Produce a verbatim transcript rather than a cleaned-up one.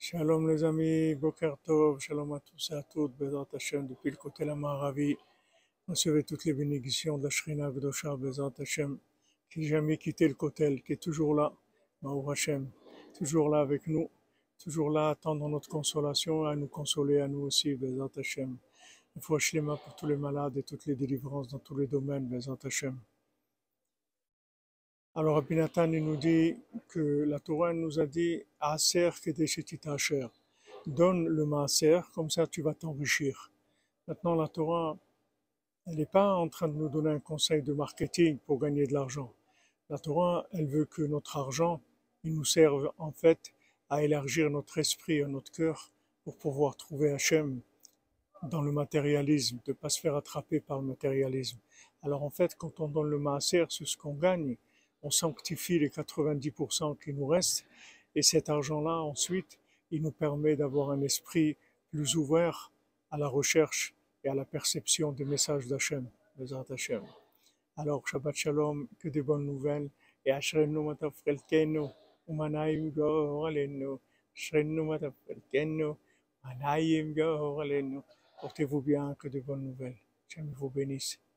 Shalom les amis, Boker Tov, shalom à tous et à toutes, Bezrat Hashem, depuis le côté la Maravi, recevez toutes les bénédictions de la Shrina Gdosha, Bezrat Hashem, qui n'a jamais quitté le Kotel, qui est toujours là, Baruch Hashem, toujours là avec nous, toujours là à attendre notre consolation, à nous consoler à nous aussi, Bezrat Hashem. Une fois Shlema pour tous les malades et toutes les délivrances dans tous les domaines, Bezrat Hashem. Alors Rabbi Nathan il nous dit que la Torah nous a dit Aser kedeshetita asher. Donne le maaser, comme ça tu vas t'enrichir. Maintenant la Torah, elle n'est pas en train de nous donner un conseil de marketing pour gagner de l'argent. La Torah, elle veut que notre argent, il nous serve en fait à élargir notre esprit, notre cœur, pour pouvoir trouver Hachem dans le matérialisme, de ne pas se faire attraper par le matérialisme. Alors en fait, quand on donne le maaser, c'est ce qu'on gagne. On sanctifie les quatre-vingt-dix pour cent qui nous restent et cet argent-là, ensuite, il nous permet d'avoir un esprit plus ouvert à la recherche et à la perception des messages d'Hachem, Bezrat Hashem. Alors, Shabbat Shalom, que des bonnes nouvelles et Ashrenu mataf chelkenu umanayim gor alenu, Ashrenu mataf chelkenu umanayim gor alenu. Portez-vous bien, que de bonnes nouvelles. Hachem vous bénisse.